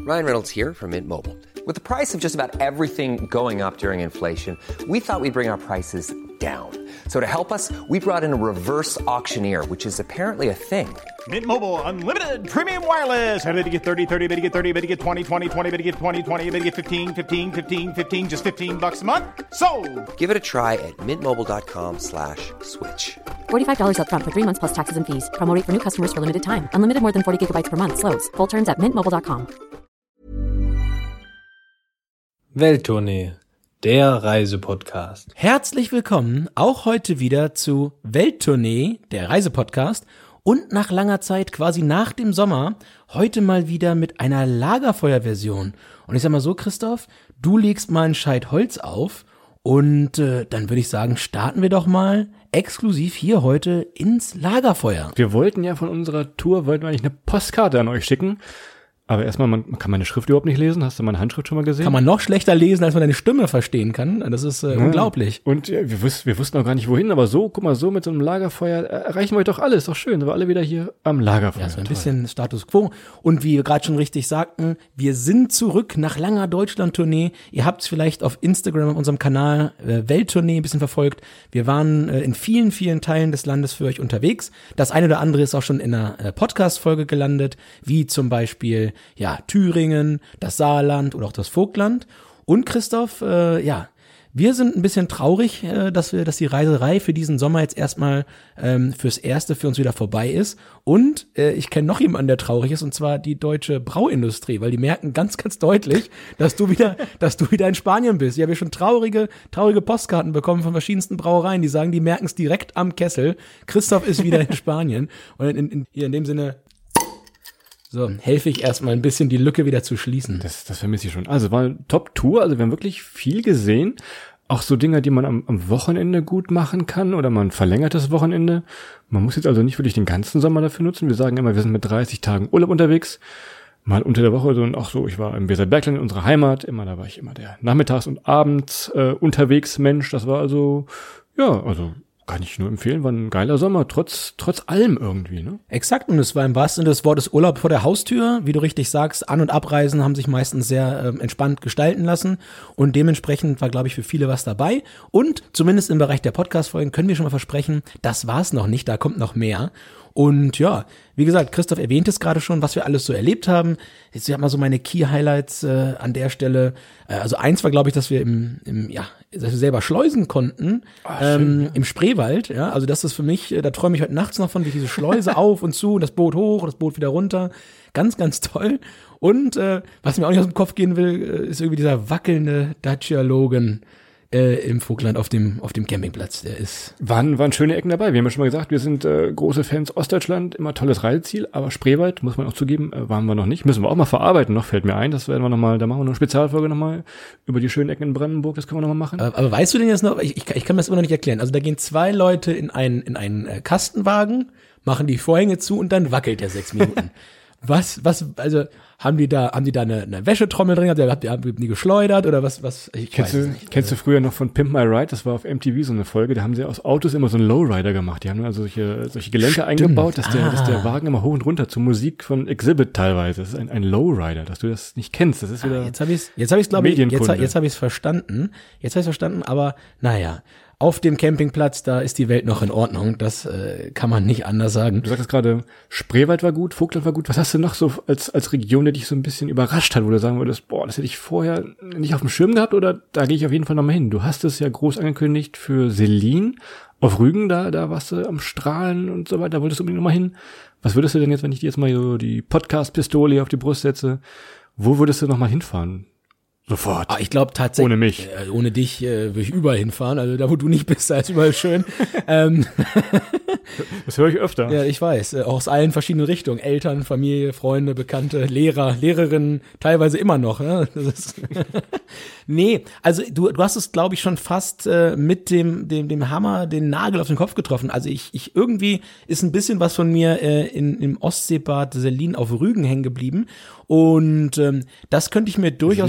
Ryan Reynolds here from Mint Mobile. With the price of just about everything going up during inflation, we thought we'd bring our prices down. So to help us, we brought in a reverse auctioneer, which is apparently a thing. Mint Mobile Unlimited Premium Wireless. How to get 30, 30, bit to get 30, bit to get 20, 20, 20, bit to get 20, 20, bit to get 15, 15, 15, 15, just $15 a month? Sold! Give it a try at mintmobile.com/switch. $45 up front for 3 months plus taxes and fees. Promo rate for new customers for limited time. Unlimited more than 40 gigabytes per month. Slows full terms at mintmobile.com. Welttournee, der Reisepodcast. Herzlich willkommen auch heute wieder zu Welttournee, der Reisepodcast. Und nach langer Zeit, quasi nach dem Sommer, heute mal wieder mit einer Lagerfeuerversion. Und ich sag mal so, Christoph, du legst mal ein Scheit Holz auf und dann würde ich sagen, starten wir doch mal exklusiv hier heute ins Lagerfeuer. Wir wollten ja von unserer Tour, wollten wir eigentlich eine Postkarte an euch schicken. Aber erstmal, man kann meine Schrift überhaupt nicht lesen. Hast du meine Handschrift schon mal gesehen? Kann man noch schlechter lesen, als man deine Stimme verstehen kann. Das ist unglaublich. Und wir wussten auch gar nicht wohin, aber so, guck mal, so mit so einem Lagerfeuer erreichen wir euch doch alles. Ist doch schön, sind wir alle wieder hier am Lagerfeuer. Ja, so ein bisschen Status Quo. Und wie wir gerade schon richtig sagten, wir sind zurück nach langer Deutschland-Tournee. Ihr habt es vielleicht auf Instagram, auf unserem Kanal Welttournee ein bisschen verfolgt. Wir waren in vielen, vielen Teilen des Landes für euch unterwegs. Das eine oder andere ist auch schon in einer Podcast-Folge gelandet, wie zum Beispiel Thüringen, das Saarland oder auch das Vogtland. Und Christoph, wir sind ein bisschen traurig, dass die Reiserei für diesen Sommer jetzt erstmal fürs Erste für uns wieder vorbei ist. Und ich kenne noch jemanden, der traurig ist, und zwar die deutsche Brauindustrie, weil die merken ganz, ganz deutlich, dass du wieder in Spanien bist. Ich habe ja schon traurige Postkarten bekommen von verschiedensten Brauereien, die sagen, die merken es direkt am Kessel. Christoph ist wieder in Spanien. Und in dem Sinne, so, helfe ich erstmal ein bisschen, die Lücke wieder zu schließen. Das vermisse ich schon. Also war eine Top-Tour, also wir haben wirklich viel gesehen. Auch so Dinge, die man am Wochenende gut machen kann oder man verlängert das Wochenende. Man muss jetzt also nicht wirklich den ganzen Sommer dafür nutzen. Wir sagen immer, wir sind mit 30 Tagen Urlaub unterwegs. Mal unter der Woche und auch so, ich war im Weserbergland in unserer Heimat. Da war ich immer der Nachmittags- und Abends unterwegs Mensch. Das war also, kann ich nur empfehlen, war ein geiler Sommer, trotz allem irgendwie, ne? Exakt, und es war im wahrsten Sinne des Wortes Urlaub vor der Haustür. Wie du richtig sagst, An- und Abreisen haben sich meistens sehr entspannt gestalten lassen und dementsprechend war, glaube ich, für viele was dabei. Und zumindest im Bereich der Podcast-Folgen können wir schon mal versprechen, das war's noch nicht, da kommt noch mehr. Und ja, wie gesagt, Christoph erwähnt es gerade schon, was wir alles so erlebt haben. Jetzt habe mal so meine Key-Highlights an der Stelle. Also eins war, glaube ich, dass wir dass wir selber schleusen konnten im Spreewald. Ja, also das ist für mich, da träume ich heute nachts noch von, wie diese Schleuse auf und zu, das Boot hoch, das Boot wieder runter. Ganz, ganz toll. Und was mir auch nicht aus dem Kopf gehen will, ist irgendwie dieser wackelnde Dacia Logan im Vogtland auf dem Campingplatz. Der ist waren schöne Ecken dabei. Wir haben ja schon mal gesagt, wir sind große Fans Ostdeutschland, immer tolles Reiseziel, aber Spreewald, muss man auch zugeben, waren wir noch nicht. Müssen wir auch mal verarbeiten, noch fällt mir ein, das werden wir nochmal, da machen wir noch eine Spezialfolge nochmal über die schönen Ecken in Brandenburg, das können wir nochmal machen. Aber weißt du denn jetzt noch, ich kann mir das immer noch nicht erklären, also da gehen 2 Leute in einen Kastenwagen, machen die Vorhänge zu und dann wackelt der 6 Minuten. Also haben die da eine Wäschetrommel drin, habt ihr die geschleudert oder was? Kennst du früher noch von Pimp My Ride? Das war auf MTV so eine Folge, da haben sie aus Autos immer so einen Lowrider gemacht. Die haben also solche Gelenke eingebaut, dass der Wagen immer hoch und runter zur Musik von Exhibit teilweise. Das ist ein Lowrider, dass du das nicht kennst. Das ist wieder jetzt habe ich glaube ich, jetzt habe ich es verstanden. Aber naja. Auf dem Campingplatz, da ist die Welt noch in Ordnung. Das kann man nicht anders sagen. Du sagtest gerade, Spreewald war gut, Vogtland war gut. Was hast du noch so als Region, die dich so ein bisschen überrascht hat, wo du sagen würdest, das hätte ich vorher nicht auf dem Schirm gehabt oder da gehe ich auf jeden Fall nochmal hin. Du hast es ja groß angekündigt für Selin auf Rügen, da warst du am Strahlen und so weiter, da wolltest du unbedingt nochmal hin. Was würdest du denn jetzt, wenn ich dir jetzt mal so die Podcast-Pistole auf die Brust setze, wo würdest du nochmal hinfahren? Sofort. Ich glaube tatsächlich. Ohne mich. Ohne dich würde ich überall hinfahren. Also da, wo du nicht bist, da ist überall schön. Das höre ich öfter. Ja, ich weiß. Aus allen verschiedenen Richtungen. Eltern, Familie, Freunde, Bekannte, Lehrer, Lehrerinnen, teilweise immer noch. Ne? Das ist nee, also du hast es, glaube ich, schon fast mit dem Hammer den Nagel auf den Kopf getroffen. Also ich irgendwie ist ein bisschen was von mir im Ostseebad Selin auf Rügen hängen geblieben. Und das könnte ich mir durchaus... Nicht der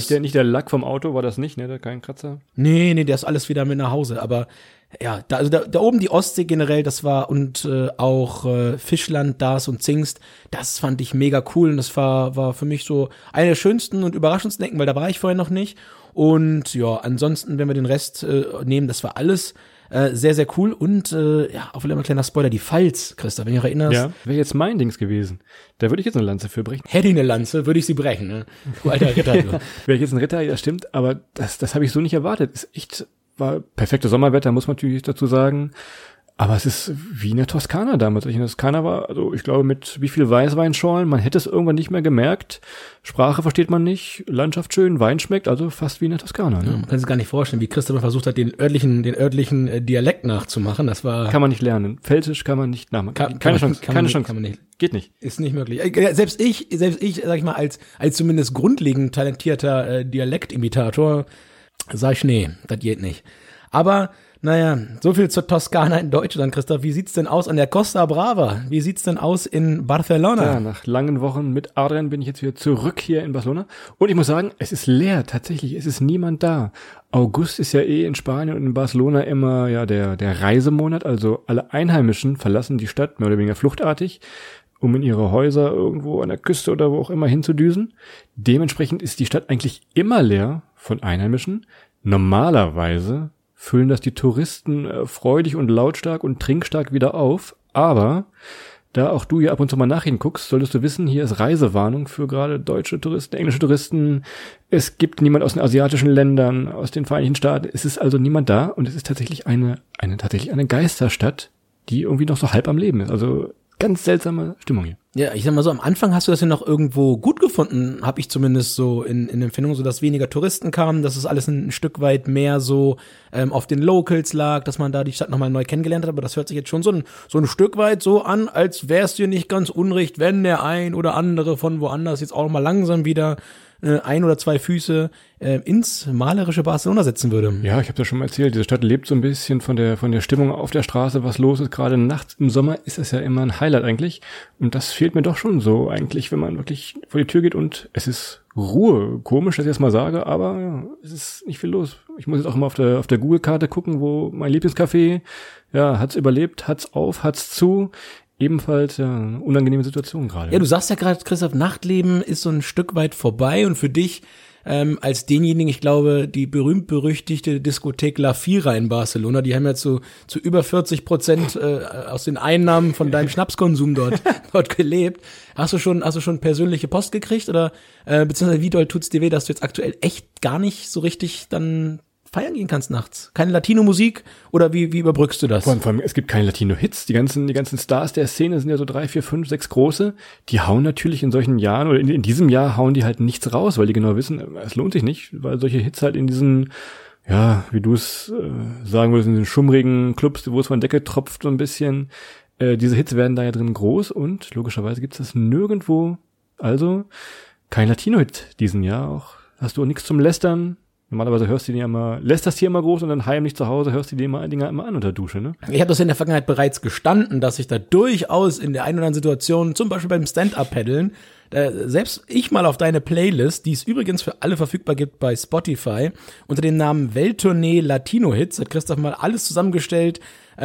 Lack vom Auto war das nicht, ne? Da kein Kratzer. Nee, der ist alles wieder mit nach Hause. Aber ja, da oben die Ostsee generell, das war und auch Fischland, Darß und Zingst, das fand ich mega cool. Und das war für mich so eine der schönsten und überraschendsten Ecken, weil da war ich vorher noch nicht. Und ja, ansonsten, wenn wir den Rest nehmen, das war alles sehr, sehr cool. Und ja, auch wieder mal ein kleiner Spoiler, die Pfalz, Christa, wenn du dich erinnerst. Ja, wäre jetzt mein Dings gewesen. Da würde ich jetzt eine Lanze für brechen. Hätte ich eine Lanze, würde ich sie brechen, ne? Du alter Ritter. Du. Wäre ich jetzt ein Ritter, ja stimmt, aber das habe ich so nicht erwartet. Ist echt, war perfektes Sommerwetter, muss man natürlich dazu sagen. Aber es ist wie in der Toskana damals. Ich in der Toskana war, also ich glaube mit wie viel Weißweinschorlen, man hätte es irgendwann nicht mehr gemerkt. Sprache versteht man nicht, Landschaft schön, Wein schmeckt, also fast wie in der Toskana. Ne? Ja, man kann sich gar nicht vorstellen, wie Christoph versucht hat, den örtlichen Dialekt nachzumachen. Das war kann man nicht lernen. Pfälzisch kann man nicht nachmachen. Keine Chance. Kann man nicht. Geht nicht. Ist nicht möglich. Selbst ich, sag ich mal, als zumindest grundlegend talentierter Dialektimitator, sag ich, nee, das geht nicht. Aber naja, so viel zur Toskana in Deutschland, Christoph. Wie sieht's denn aus an der Costa Brava? Wie sieht's denn aus in Barcelona? Ja, nach langen Wochen mit Adrian bin ich jetzt wieder zurück hier in Barcelona. Und ich muss sagen, es ist leer, tatsächlich. Es ist niemand da. August ist ja in Spanien und in Barcelona immer ja der Reisemonat. Also alle Einheimischen verlassen die Stadt mehr oder weniger fluchtartig, um in ihre Häuser irgendwo an der Küste oder wo auch immer hinzudüsen. Dementsprechend ist die Stadt eigentlich immer leer von Einheimischen. Normalerweise füllen das die Touristen freudig und lautstark und trinkstark wieder auf. Aber da auch du hier ab und zu mal Nachrichten guckst, solltest du wissen, hier ist Reisewarnung für gerade deutsche Touristen, englische Touristen. Es gibt niemand aus den asiatischen Ländern, aus den Vereinigten Staaten. Es ist also niemand da und es ist tatsächlich eine Geisterstadt, die irgendwie noch so halb am Leben ist. Also ganz seltsame Stimmung hier. Ja, ich sag mal so, am Anfang hast du das ja noch irgendwo gut gefunden, habe ich zumindest so in Empfindung, so dass weniger Touristen kamen, dass es alles ein Stück weit mehr so auf den Locals lag, dass man da die Stadt nochmal neu kennengelernt hat, aber das hört sich jetzt schon so ein Stück weit so an, als wär's dir nicht ganz unrecht, wenn der ein oder andere von woanders jetzt auch nochmal langsam wieder ein oder zwei Füße ins malerische Barcelona setzen würde. Ja, ich habe das schon mal erzählt, diese Stadt lebt so ein bisschen von der Stimmung auf der Straße, was los ist. Gerade nachts im Sommer ist es ja immer ein Highlight eigentlich. Und das fehlt mir doch schon so eigentlich, wenn man wirklich vor die Tür geht und es ist Ruhe. Komisch, dass ich das mal sage, aber ja, es ist nicht viel los. Ich muss jetzt auch immer auf der Google-Karte gucken, wo mein Lieblingscafé, ja, hat's überlebt, hat's auf, hat's zu. Ebenfalls ja eine unangenehme Situation gerade. Ja, du sagst ja gerade, Christoph, Nachtleben ist so ein Stück weit vorbei und für dich als denjenigen, ich glaube, die berühmt-berüchtigte Diskothek La Fira in Barcelona, die haben ja zu über 40% aus den Einnahmen von deinem Schnapskonsum dort gelebt. Hast du schon persönliche Post gekriegt oder beziehungsweise wie doll tut's dir weh, dass du jetzt aktuell echt gar nicht so richtig dann feiern gehen kannst nachts? Keine Latino-Musik oder wie überbrückst du das? Vor allem, es gibt keine Latino-Hits. Die ganzen Stars der Szene sind ja so 3, 4, 5, 6 große. Die hauen natürlich in solchen Jahren oder in diesem Jahr hauen die halt nichts raus, weil die genau wissen, es lohnt sich nicht, weil solche Hits halt in diesen, ja, wie du es sagen würdest, in den schummrigen Clubs, wo es von Decke tropft so ein bisschen, diese Hits werden da ja drin groß und logischerweise gibt's das nirgendwo. Also kein Latino-Hit diesen Jahr auch. Hast du auch nichts zum Lästern. Normalerweise hörst du die immer, lässt das hier immer groß und dann heimlich zu Hause hörst du die Dinger immer an unter Dusche, ne? Ich habe das in der Vergangenheit bereits gestanden, dass ich da durchaus in der einen oder anderen Situation, zum Beispiel beim Stand-Up-Paddeln, selbst ich mal auf deine Playlist, die es übrigens für alle verfügbar gibt bei Spotify, unter dem Namen Welttournee Latino Hits, hat Christoph mal alles zusammengestellt,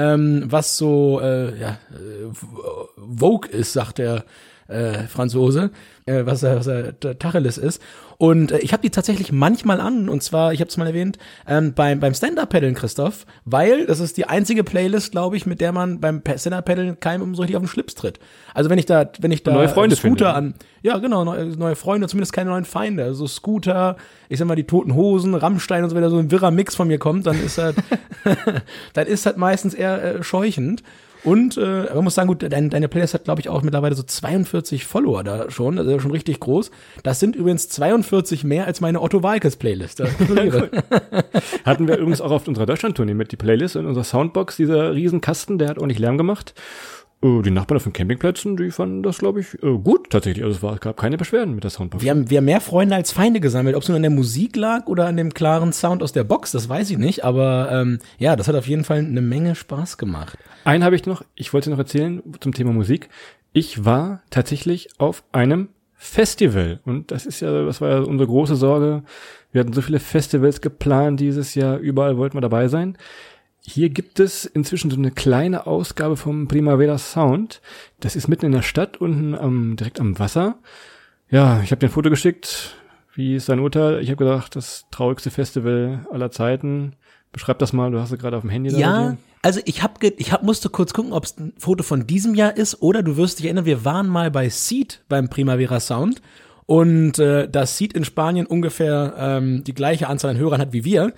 was so Vogue ist, sagt der Franzose, was er Tacheles ist. Und ich habe die tatsächlich manchmal an, und zwar, ich habe es mal erwähnt, beim Stand-Up-Paddeln, Christoph, weil das ist die einzige Playlist, glaube ich, mit der man beim Stand-Up-Paddeln keinem so richtig auf den Schlips tritt. Also wenn ich da neue Freunde Scooter an, ja genau, neue Freunde, zumindest keine neuen Feinde, also Scooter, ich sag mal die Toten Hosen, Rammstein und so, wenn da so ein wirrer Mix von mir kommt, dann ist halt, dann ist halt meistens eher scheuchend. Und aber man muss sagen, gut, deine Playlist hat, glaube ich, auch mittlerweile so 42 Follower da schon, also schon richtig groß. Das sind übrigens 42 mehr als meine Otto Walkes Playlist. Hatten wir übrigens auch auf unserer Deutschland-Tournee mit die Playlist in unserer Soundbox, dieser Riesenkasten, der hat ordentlich Lärm gemacht. Die Nachbarn auf den Campingplätzen, die fanden das, glaube ich, gut tatsächlich. Also es gab keine Beschwerden mit der Soundbox. Wir haben mehr Freunde als Feinde gesammelt. Ob es nur an der Musik lag oder an dem klaren Sound aus der Box, das weiß ich nicht. Aber ja, das hat auf jeden Fall eine Menge Spaß gemacht. Einen habe ich noch, ich wollte noch erzählen zum Thema Musik. Ich war tatsächlich auf einem Festival. Und das war ja unsere große Sorge. Wir hatten so viele Festivals geplant dieses Jahr, überall wollten wir dabei sein. Hier gibt es inzwischen so eine kleine Ausgabe vom Primavera Sound. Das ist mitten in der Stadt, unten direkt am Wasser. Ja, ich habe dir ein Foto geschickt. Wie ist dein Urteil? Ich habe gedacht, das traurigste Festival aller Zeiten. Beschreib das mal, du hast es gerade auf dem Handy da. Ja, also ich musste kurz gucken, ob es ein Foto von diesem Jahr ist oder du wirst dich erinnern, wir waren mal bei Seed beim Primavera Sound und das Seed in Spanien ungefähr die gleiche Anzahl an Hörern hat wie wir,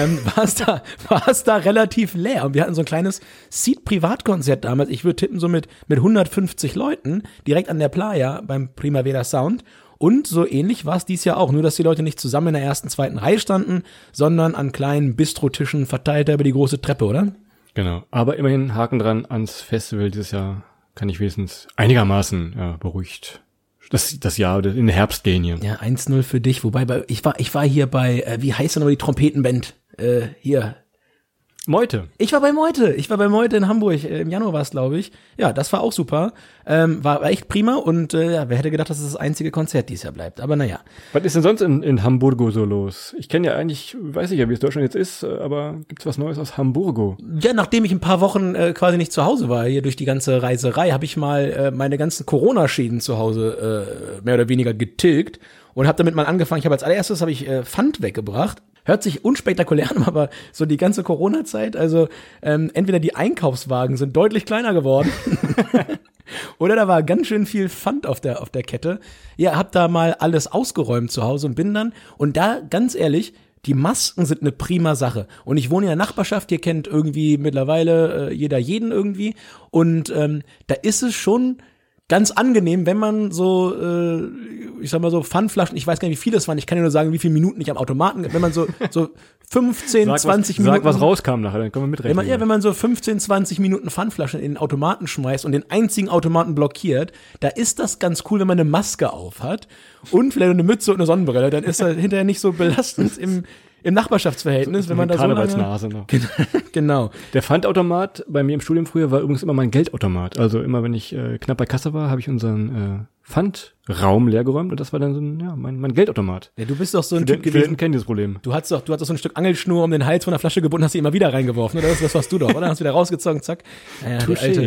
war es da relativ leer und wir hatten so ein kleines Seed-Privatkonzert damals, ich würde tippen so mit 150 Leuten direkt an der Playa beim Primavera Sound. Und so ähnlich war es dies Jahr auch, nur dass die Leute nicht zusammen in der ersten, zweiten Reihe standen, sondern an kleinen Bistrotischen verteilt über die große Treppe, oder? Genau, aber immerhin Haken dran ans Festival dieses Jahr kann ich wenigstens einigermaßen beruhigt das Jahr in den Herbst gehen hier. Ja, 1-0 für dich, wobei ich war hier bei, wie heißt denn aber die Trompetenband hier? Meute. Ich war bei Meute in Hamburg, im Januar war es, glaube ich. Ja, das war auch super. War echt prima und wer hätte gedacht, dass es das einzige Konzert dieses Jahr bleibt. Aber naja. Was ist denn sonst in Hamburgo so los? Ich kenne ja eigentlich, weiß ich ja, wie es Deutschland jetzt ist, aber gibt's was Neues aus Hamburgo? Ja, nachdem ich ein paar Wochen quasi nicht zu Hause war, hier durch die ganze Reiserei, habe ich mal meine ganzen Corona-Schäden zu Hause mehr oder weniger getilgt und habe damit mal angefangen. Als allererstes habe ich Pfand weggebracht. Hört sich unspektakulär an, aber so die ganze Corona-Zeit, also entweder die Einkaufswagen sind deutlich kleiner geworden oder da war ganz schön viel Pfand auf der Kette. Ja, hab da mal alles ausgeräumt zu Hause und bin dann, und da, ganz ehrlich, die Masken sind eine prima Sache. Und ich wohne in der Nachbarschaft, hier kennt irgendwie mittlerweile jeder jeden irgendwie. Und da ist es schon ganz angenehm, wenn man so, ich sag mal so, Pfandflaschen, ich weiß gar nicht, wie viele es waren, ich kann dir nur sagen, wie viele Minuten ich am Automaten, wenn man so 15, 20 Minuten. Sag, was rauskam nachher, dann können wir mitrechnen. Wenn man so 15, 20 Minuten Pfandflaschen in den Automaten schmeißt und den einzigen Automaten blockiert, da ist das ganz cool, wenn man eine Maske auf hat und vielleicht eine Mütze und eine Sonnenbrille, dann ist das hinterher nicht so belastend im Nachbarschaftsverhältnis, wenn man da so Karnevalsnase noch. Genau. Der Pfandautomat bei mir im Studium früher war übrigens immer mein Geldautomat. Also immer, wenn ich knapp bei Kasse war, habe ich unseren Pfandraum leergeräumt und das war dann so mein Geldautomat. Ja, du bist doch so ein Typ gewesen. Studenten kennen dieses Problem. Du hattest doch so ein Stück Angelschnur um den Hals von der Flasche gebunden, hast sie immer wieder reingeworfen, oder? Das warst du doch, oder? Hast wieder rausgezogen, zack. Naja,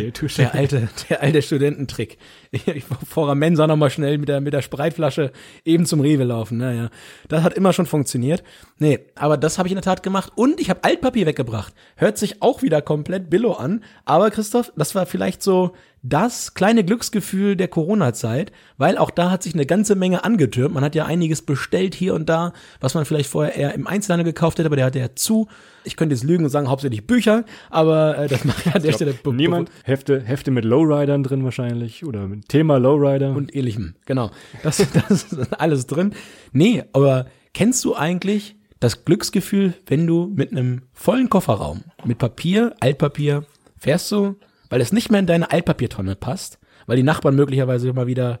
der alte Studententrick. Ich vor der Mensa nochmal schnell mit der Spreitflasche eben zum Rewe laufen. Naja, das hat immer schon funktioniert. Nee, aber das habe ich in der Tat gemacht und ich habe Altpapier weggebracht. Hört sich auch wieder komplett billo an, aber Christoph, das war vielleicht so das kleine Glücksgefühl der Corona-Zeit, weil auch da hat sich eine ganze Menge angetürmt. Man hat ja einiges bestellt hier und da, was man vielleicht vorher eher im Einzelhandel gekauft hätte, aber der hatte ja zu. Ich könnte jetzt lügen und sagen, hauptsächlich Bücher, aber das mache ich an der Stelle. Niemand, Hefte mit Lowridern drin wahrscheinlich oder mit Thema Lowrider. Und ähnlichem, genau. Das ist alles drin. Nee, aber kennst du eigentlich das Glücksgefühl, wenn du mit einem vollen Kofferraum, mit Papier, Altpapier, fährst du, weil es nicht mehr in deine Altpapiertonne passt, weil die Nachbarn möglicherweise mal wieder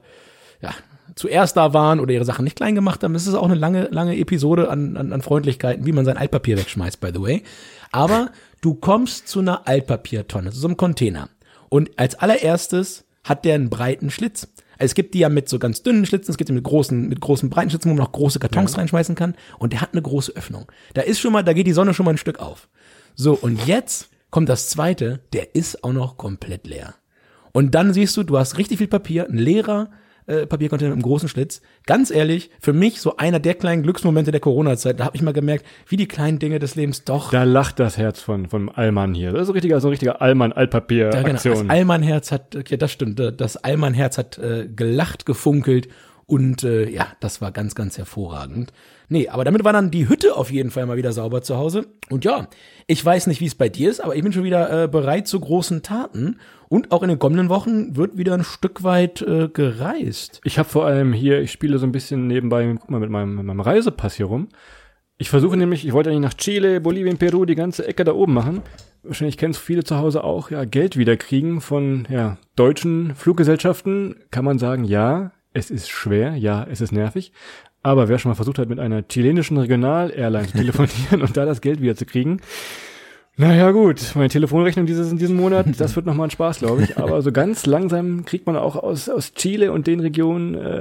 zuerst da waren oder ihre Sachen nicht klein gemacht haben. Das ist auch eine lange Episode an Freundlichkeiten, wie man sein Altpapier wegschmeißt, by the way. Aber du kommst zu einer Altpapiertonne, zu so einem Container. Und als allererstes hat der einen breiten Schlitz. Also es gibt die ja mit so ganz dünnen Schlitzen, es gibt die mit großen breiten Schlitzen, wo man noch große Kartons reinschmeißen kann. Und der hat eine große Öffnung. Da geht die Sonne schon mal ein Stück auf. So, und jetzt kommt das zweite, der ist auch noch komplett leer. Und dann siehst du hast richtig viel Papier, ein leerer Papiercontainer mit einem großen Schlitz. Ganz ehrlich, für mich so einer der kleinen Glücksmomente der Corona-Zeit. Da habe ich mal gemerkt, wie die kleinen Dinge des Lebens doch. Da lacht das Herz von Allmann hier. Das ist so ein richtiger Allmann-Altpapier-Aktion. Genau. Das Allmann-Herz hat, ja, das stimmt, das Allmann-Herz hat gelacht, gefunkelt und das war ganz, ganz hervorragend. Nee, aber damit war dann die Hütte auf jeden Fall mal wieder sauber zu Hause. Und ja, ich weiß nicht, wie es bei dir ist, aber ich bin schon wieder bereit zu großen Taten. Und auch in den kommenden Wochen wird wieder ein Stück weit gereist. Ich habe vor allem hier, ich spiele so ein bisschen nebenbei, guck mal, mit meinem Reisepass hier rum. Ich wollte eigentlich nach Chile, Bolivien, Peru, die ganze Ecke da oben machen. Wahrscheinlich kennst du viele zu Hause auch, Geld wiederkriegen von deutschen Fluggesellschaften. Kann man sagen, ja, es ist schwer, ja, es ist nervig. Aber wer schon mal versucht hat, mit einer chilenischen Regional-Airline zu telefonieren und da das Geld wieder zu kriegen, naja gut, meine Telefonrechnung in diesem Monat, das wird nochmal ein Spaß, glaube ich. Aber so ganz langsam kriegt man auch aus Chile und den Regionen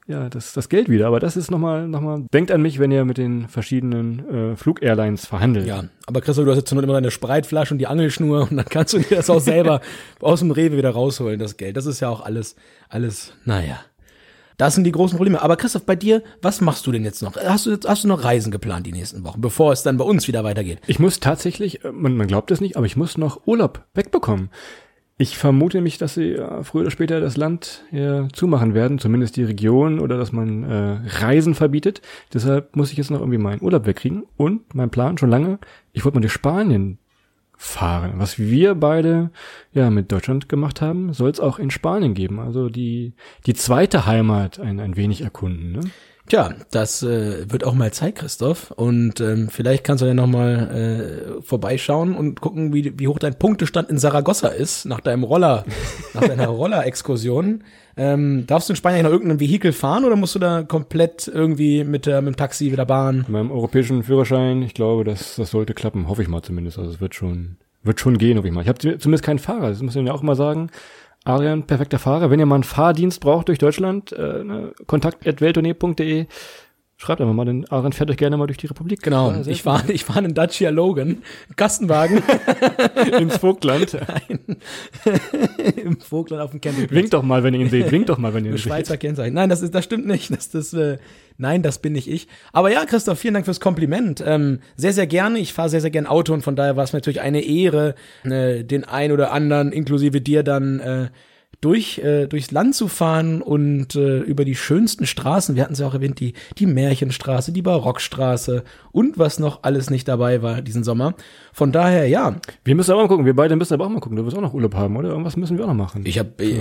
das Geld wieder. Aber das ist nochmal, denkt an mich, wenn ihr mit den verschiedenen Flug-Airlines verhandelt. Ja, aber Christoph, du hast jetzt nur immer deine Spreitflasche und die Angelschnur und dann kannst du dir das auch selber aus dem Rewe wieder rausholen, das Geld. Das ist ja auch alles, naja. Das sind die großen Probleme. Aber Christoph, bei dir, was machst du denn jetzt noch? Hast du noch Reisen geplant die nächsten Wochen, bevor es dann bei uns wieder weitergeht? Ich muss tatsächlich, man glaubt es nicht, aber ich muss noch Urlaub wegbekommen. Ich vermute nämlich, dass sie früher oder später das Land zumachen werden, zumindest die Region, oder dass man Reisen verbietet. Deshalb muss ich jetzt noch irgendwie meinen Urlaub wegkriegen. Und mein Plan schon lange, ich wollte mal durch Spanien fahren. Was wir beide mit Deutschland gemacht haben, soll es auch in Spanien geben. Also die zweite Heimat ein wenig erkunden, ne? Tja, das wird auch mal Zeit, Christoph. Und vielleicht kannst du ja noch mal vorbeischauen und gucken, wie hoch dein Punktestand in Saragossa ist nach deiner Roller-Exkursion. Darfst du in Spanien noch irgendein Vehikel fahren oder musst du da komplett irgendwie mit dem Taxi, mit der Bahn? Mit meinem europäischen Führerschein, ich glaube, das sollte klappen, hoffe ich mal zumindest. Also es wird schon gehen, hoffe ich mal. Ich habe zumindest keinen Fahrer, das muss man ja auch mal sagen. Adrian, perfekter Fahrer. Wenn ihr mal einen Fahrdienst braucht durch Deutschland, kontakt@welttournee.de. Schreibt einfach mal, denn Adrian fährt euch gerne mal durch die Republik. Genau, ich fahr einen Dacia Logan, Kastenwagen. Ins Vogtland. Nein, im Vogtland auf dem Campingplatz. Winkt doch mal, wenn ihr ihn seht. Schweizer Kennzeichen. Nein, das stimmt nicht. Nein, das bin nicht ich. Aber ja, Christoph, vielen Dank fürs Kompliment. Sehr, sehr gerne. Ich fahre sehr, sehr gern Auto und von daher war es mir natürlich eine Ehre, den ein oder anderen, inklusive dir, dann durchs Land zu fahren und über die schönsten Straßen. Wir hatten es ja auch erwähnt, die Märchenstraße, die Barockstraße und was noch alles nicht dabei war diesen Sommer. Von daher, ja. Wir müssen aber mal gucken. Wir beide müssen aber auch mal gucken. Du wirst auch noch Urlaub haben, oder? Irgendwas müssen wir auch noch machen. Ich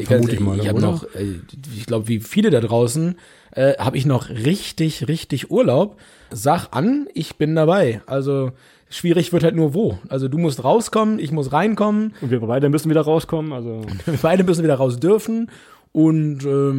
glaube, wie viele da draußen, habe ich noch richtig, richtig Urlaub. Sag an, ich bin dabei. Also schwierig wird halt nur wo. Also du musst rauskommen, ich muss reinkommen. Und wir beide müssen wieder rauskommen. Also wir beide müssen wieder raus dürfen. Und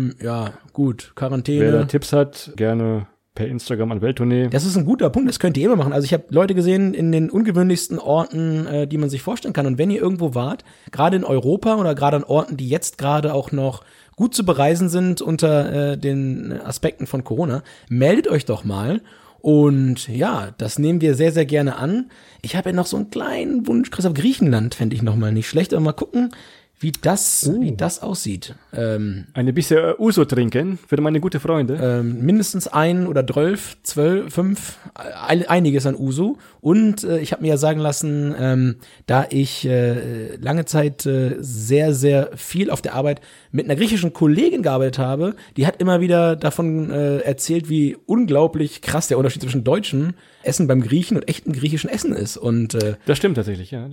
gut, Quarantäne. Wer da Tipps hat, gerne per Instagram an Welttournee. Das ist ein guter Punkt, das könnt ihr immer machen. Also ich habe Leute gesehen in den ungewöhnlichsten Orten, die man sich vorstellen kann. Und wenn ihr irgendwo wart, gerade in Europa oder gerade an Orten, die jetzt gerade auch noch gut zu bereisen sind unter den Aspekten von Corona, meldet euch doch mal. Und ja, das nehmen wir sehr, sehr gerne an. Ich habe ja noch so einen kleinen Wunsch, Christoph, Griechenland fände ich noch mal nicht schlecht. Aber mal gucken, wie das aussieht. Eine bisschen Uso trinken für meine gute Freunde. Mindestens 1 oder 12, 5, einiges an Uso. Und ich habe mir ja sagen lassen, da ich lange Zeit sehr, sehr viel auf der Arbeit mit einer griechischen Kollegin gearbeitet habe, die hat immer wieder davon erzählt, wie unglaublich krass der Unterschied zwischen deutschen Essen beim Griechen und echtem griechischen Essen ist. Und das stimmt tatsächlich, ja.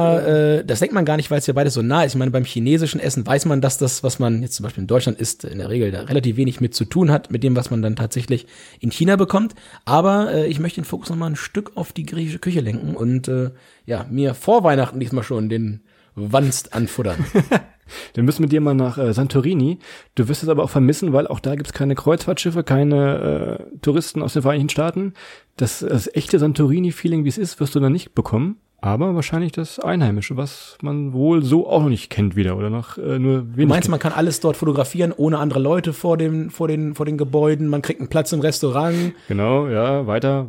Das denkt man gar nicht, weil es ja beides so nah ist. Ich meine, beim chinesischen Essen weiß man, dass das, was man jetzt zum Beispiel in Deutschland isst, in der Regel da relativ wenig mit zu tun hat, mit dem, was man dann tatsächlich in China bekommt. Aber ich möchte den Fokus nochmal ein Stück auf die griechische Küche lenken und mir vor Weihnachten diesmal schon den Wanst anfuttern. Dann müssen wir dir mal nach Santorini. Du wirst es aber auch vermissen, weil auch da gibt's keine Kreuzfahrtschiffe, keine Touristen aus den Vereinigten Staaten. Das echte Santorini-Feeling, wie es ist, wirst du dann nicht bekommen. Aber wahrscheinlich das Einheimische, was man wohl so auch noch nicht kennt wieder oder noch nur wenig. Du meinst, man kann alles dort fotografieren, ohne andere Leute vor den Gebäuden. Man kriegt einen Platz im Restaurant. Genau, ja, weiter.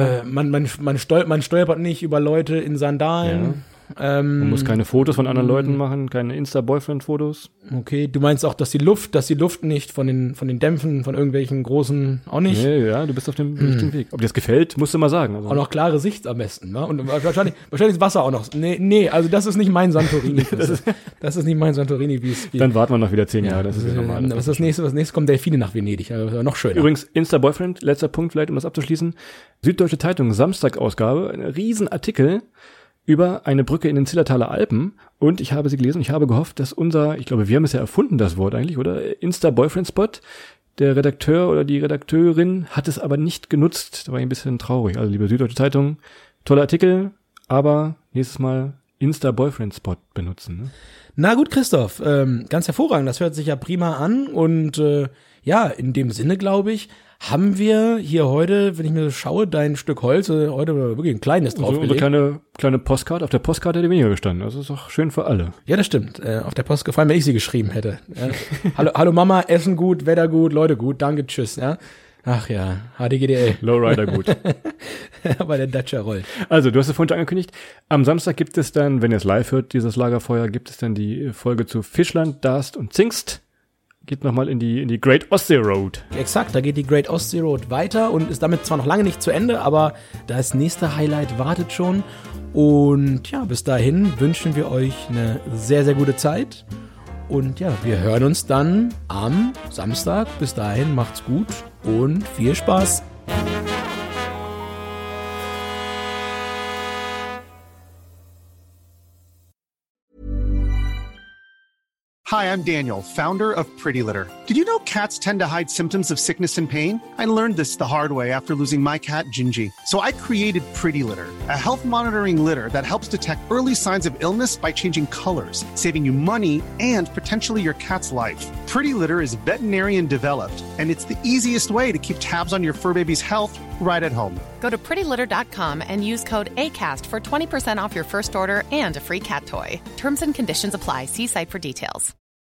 Man stolpert nicht über Leute in Sandalen. Ja. Man muss keine Fotos von anderen Leuten machen, keine Insta-Boyfriend-Fotos. Okay, du meinst auch, dass die Luft nicht von den Dämpfen von irgendwelchen großen, auch nicht? Nee, ja, du bist auf dem richtigen Weg. Ob dir das gefällt, musst du mal sagen. Also. Auch noch klare Sicht am besten, ne? Und wahrscheinlich das Wasser auch noch. Nee, also das ist nicht mein Santorini. Das ist nicht mein Santorini, wie es. Dann warten wir noch wieder 10 Jahre, das ist ja normal. Was ist das nächste? Das nächste kommt Delfine nach Venedig, also noch schöner. Übrigens, Insta-Boyfriend, letzter Punkt vielleicht, um das abzuschließen. Süddeutsche Zeitung, Samstag-Ausgabe, ein Riesenartikel über eine Brücke in den Zillertaler Alpen und ich habe sie gelesen und ich habe gehofft, dass ich glaube, wir haben es ja erfunden, das Wort eigentlich, oder? Insta-Boyfriend-Spot, der Redakteur oder die Redakteurin hat es aber nicht genutzt, da war ich ein bisschen traurig. Also liebe Süddeutsche Zeitung, toller Artikel, aber nächstes Mal Insta-Boyfriend-Spot benutzen. Ne? Na gut, Christoph, ganz hervorragend, das hört sich ja prima an und ja, in dem Sinne, glaube ich, haben wir hier heute, wenn ich mir so schaue, dein Stück Holz, heute wirklich ein kleines draufgelegt. So eine kleine Postkarte, auf der Postkarte hätte weniger gestanden, also ist auch schön für alle. Ja, das stimmt, auf der Post gefallen, wenn ich sie geschrieben hätte. Ja. Hallo Mama, Essen gut, Wetter gut, Leute gut, danke, tschüss, ja. Ach ja, HDGDL. Lowrider gut. Aber der Dacia rollt. Also, du hast es vorhin schon angekündigt, am Samstag gibt es dann, wenn ihr es live hört, dieses Lagerfeuer, gibt es dann die Folge zu Fischland, Darst und Zingst. Geht nochmal in die Great Ostsee Road. Exakt, da geht die Great Ostsee Road weiter und ist damit zwar noch lange nicht zu Ende, aber das nächste Highlight wartet schon. Und ja, bis dahin wünschen wir euch eine sehr, sehr gute Zeit. Und ja, wir hören uns dann am Samstag. Bis dahin, macht's gut und viel Spaß. Hi, I'm Daniel, founder of Pretty Litter. Did you know cats tend to hide symptoms of sickness and pain? I learned this the hard way after losing my cat, Gingy. So I created Pretty Litter, a health monitoring litter that helps detect early signs of illness by changing colors, saving you money and potentially your cat's life. Pretty Litter is veterinarian developed, and it's the easiest way to keep tabs on your fur baby's health right at home. Go to prettylitter.com and use code ACAST for 20% off your first order and a free cat toy. Terms and conditions apply. See site for details.